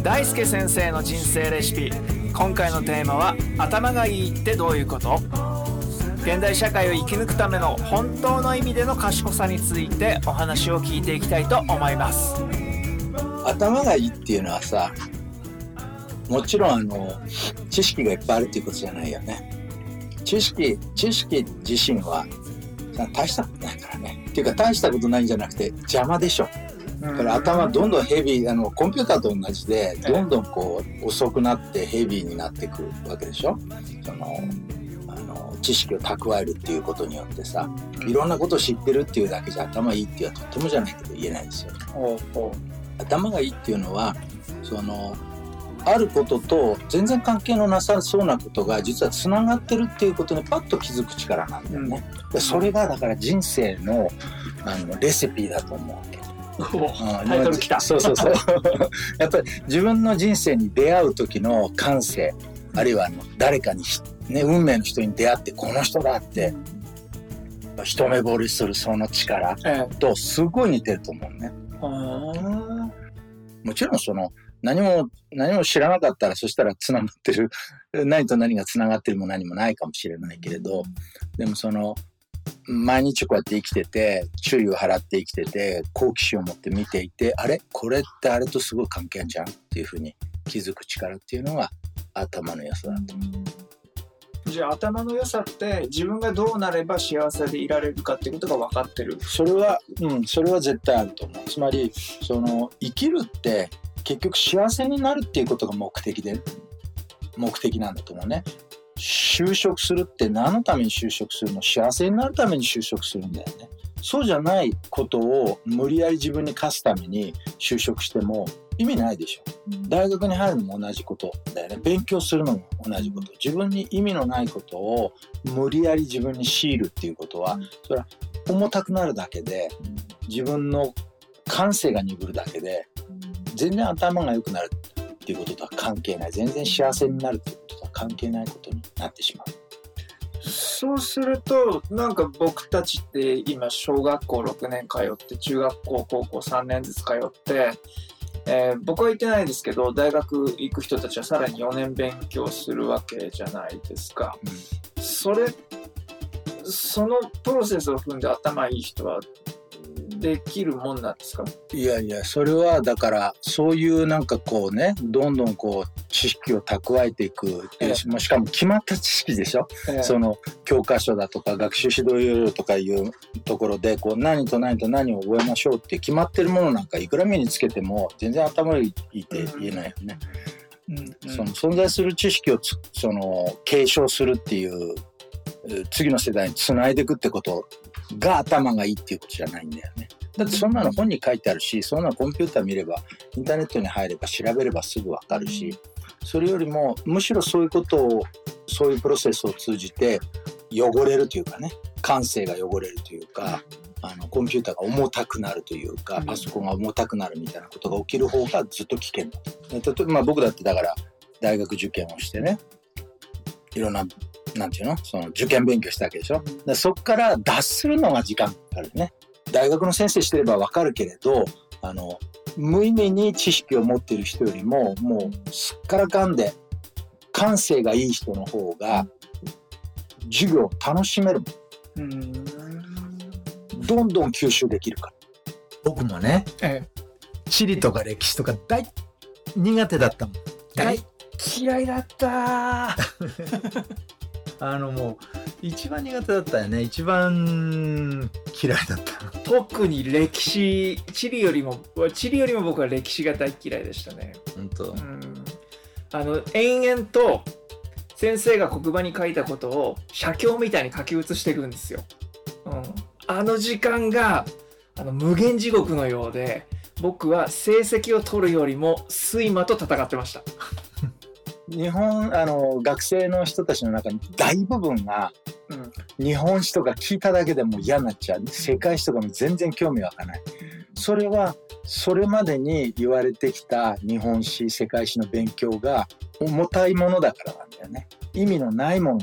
大輔先生の人生レシピ。今回のテーマは頭がいいってどういうこと。現代社会を生き抜くための本当の意味での賢さについてお話を聞いていきたいと思います。 頭がいいっていうのはさ、もちろん知識がいっぱいあるっていうことじゃないよね。知識自身は大したことないからね。っていうか大したことないんじゃなくて邪魔でしょ。だから頭どんどんヘビー、コンピューターと同じでどんどんこう遅くなってヘビーになってくるわけでしょ。知識を蓄えるっていうことによってさ、いろんなことを知ってるっていうだけじゃ頭いいっていうのはとってもじゃないけど言えないですよ。頭がいいっていうのはあることと全然関係のなさそうなことが実はつながってるっていうことにパッと気づく力なんだよね。でそれがだから人生のレシピだと思うわけ。 タイトルきた。 そうやっぱり自分の人生に出会う時の感性、あるいは誰かに運命の人に出会ってこの人だって一目惚れするその力とすごい似てると思うね。もちろん何も知らなかったらそしたらつながってる何と何がつながってるも何もないかもしれないけれど、でも毎日こうやって生きてて注意を払って生きてて好奇心を持って見ていて、あれこれってあれとすごい関係あるじゃんっていうふうに気づく力っていうのが頭の良さだと思う。 じゃあ頭の良さって自分がどうなれば幸せでいられるかっていうことが分かってる。 それは絶対あると思う。つまり生きるって結局幸せになるっていうことが目的なんだと思うね。就職するって何のために就職するの？幸せになるために就職するんだよね。そうじゃないことを無理やり自分に課すために就職しても意味ないでしょ。大学に入るのも同じことだよね。勉強するのも同じこと。自分に意味のないことを無理やり自分に強いるっていうことは、それは重たくなるだけで、自分の感性が鈍るだけで、全然頭が良くなるっていうこととは関係ない。全然幸せになるっていうこととは関係ないことになってしまう。 そうすると僕たちって今小学校6年通って中学校高校3年ずつ通って、僕は行ってないですけど大学行く人たちはさらに4年勉強するわけじゃないですか。そのプロセスを踏んで頭いい人はできるもんなんですか？ いやそれはだからそういうどんどん知識を蓄えていく、しかも決まった知識でしょ。教科書だとか学習指導要領とかいうところで何と何と何を覚えましょうって決まってるものなんかいくら目につけても全然頭いいって言えないよね。存在する知識を継承するっていう次の世代につないでいくってことが頭がいいっていうことじゃないんだよね。だってそんなの本に書いてあるし、そんなのコンピューター見ればインターネットに入れば調べればすぐ分かるし、それよりもむしろそういうことをそういうプロセスを通じて汚れるというかね、感性が汚れるというか、コンピューターが重たくなるというか、パソコンが重たくなるみたいなことが起きる方がずっと危険だと。例えば僕だってだから大学受験をしてね、いろんな受験勉強したわけでしょ。そこから脱するのが時間かかるね。大学の先生してればわかるけれど、無意味に知識を持っている人よりももうすっからかんで感性がいい人の方が授業を楽しめるもん。どんどん吸収できるから。 僕もね、地理とか歴史とか大苦手だったもん。 大嫌いだったもう一番苦手だったよね。一番嫌いだった。 特に歴史、地理よりも僕は歴史が大嫌いでしたね。 本当。 延々と先生が黒板に書いたことを写経みたいに書き写していくんですよ。時間が無限地獄のようで、僕は成績を取るよりも睡魔と戦ってました。 日本学生の人たちの中に大部分が、日本史とか聞いただけでも嫌になっちゃう。世界史とかも全然興味湧かない。それはそれまでに言われてきた日本史世界史の勉強が重たいものだからなんだよね。意味のないものだ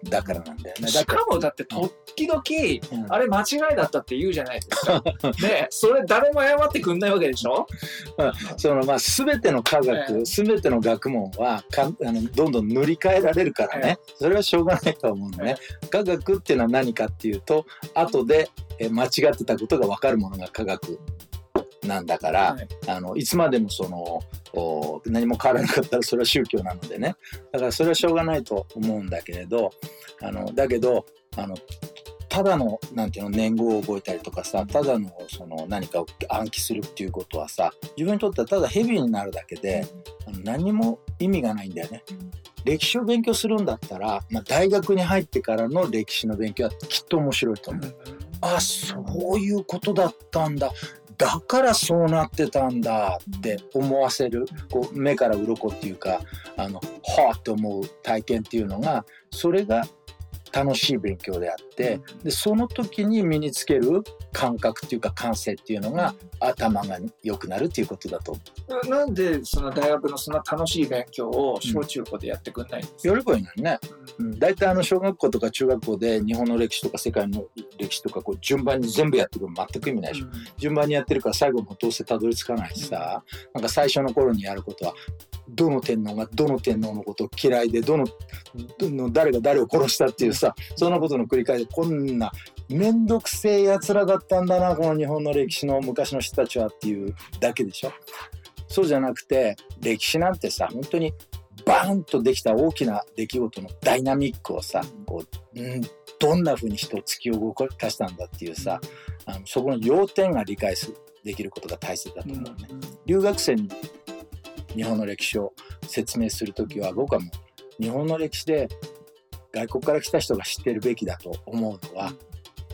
だからなんだよね。 しかもだって時々、あれ間違いだったって言うじゃないですか。ね、それ誰も謝ってくんないわけでしょ。 全ての科学、全ての学問はどんどん塗り替えられるからね、それはしょうがないと思うのね。科学っていうのは何かっていうと、後で間違ってたことが分かるものが科学なんだから、いつまでも何も変わらなかったらそれは宗教なのでね。だからそれはしょうがないと思うんだけれど、だけどただのなんていうの年号を覚えたりとかさ、ただの何かを暗記するっていうことはさ、自分にとってはただヘビーになるだけで何も意味がないんだよね。歴史を勉強するんだったら、大学に入ってからの歴史の勉強はきっと面白いと思う。あ、そういうことだったんだ、だからそうなってたんだって思わせる、目から鱗っていうか、はぁって思う体験っていうのが、それが楽しい勉強であって、でその時に身につける感覚っていうか感性っていうのが頭が良くなるっていうことだと思う。なんでその大学のそんな楽しい勉強を小中高でやってくんないんですか？ やればいいのにね。大体小学校とか中学校で日本の歴史とか世界の歴史とか順番に全部やってるの全く意味ないでしょ。順番にやってるから最後もどうせたどり着かないしさ、なんか最初の頃にやることはどの天皇がどの天皇のことを嫌いで誰が誰を殺したっていうさ、そんなことの繰り返しで、こんなめんどくせえやつらだったんだなこの日本の歴史の昔の人たちはっていうだけでしょ。そうじゃなくて、歴史なんてさ、本当にバーンとできた大きな出来事のダイナミックをさ、どんな風に人を突き動かしたんだっていうさ、そこの要点が理解できることが大切だと思うね。留学生に日本の歴史を説明するときは、僕はもう日本の歴史で外国から来た人が知ってるべきだと思うのは、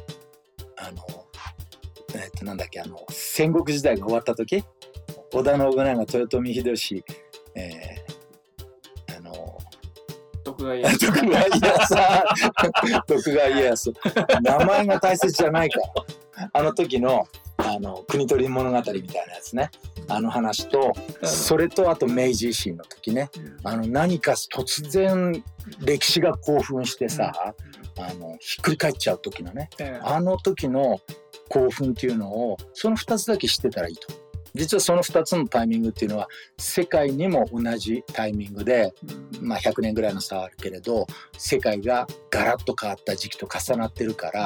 戦国時代が終わった時、織田信長、豊臣秀吉、 徳川家康名前が大切じゃないから、時の国取り物語みたいなやつね、話と、それとあと明治維新の時ね、何か突然歴史が興奮してさ、ひっくり返っちゃう時のね、時の興奮っていうのを、その2つだけ知ってたらいいと。実はその2つのタイミングっていうのは世界にも同じタイミングで、100年ぐらいの差はあるけれど、世界がガラッと変わった時期と重なってるから、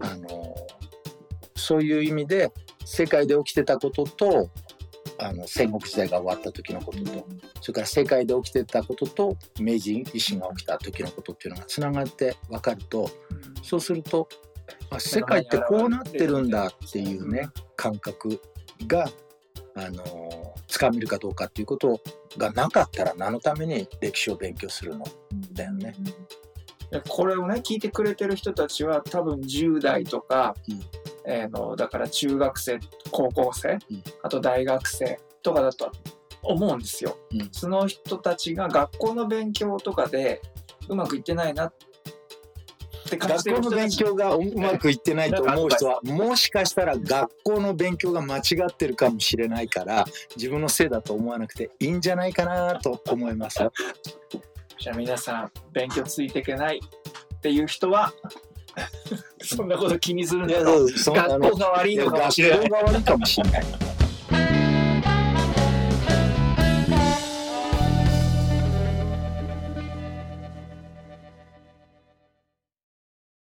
そういう意味で世界で起きてたことと、戦国時代が終わった時のことと、それから世界で起きてたことと明治維新が起きた時のことっていうのがつながって分かると、そうすると世界ってこうなってるんだっていうね、感覚がつかめるかどうかっていうことがなかったら、何のために歴史を勉強するのだよね。 これをね聞いてくれてる人たちは多分10代とか、だから中学生、高校生、あと大学生とかだと思うんですよ。その人たちが学校の勉強とかでうまくいってないなって感じてる人たち、 学校の勉強がうまくいってないと思う人は、もしかしたら学校の勉強が間違ってるかもしれないから、自分のせいだと思わなくていいんじゃないかなと思いますよ。 じゃあ皆さん、勉強ついていけないっていう人はそんなこと気にするんだよ。学校が悪いのかもしれない。 学校が悪いかもしれない。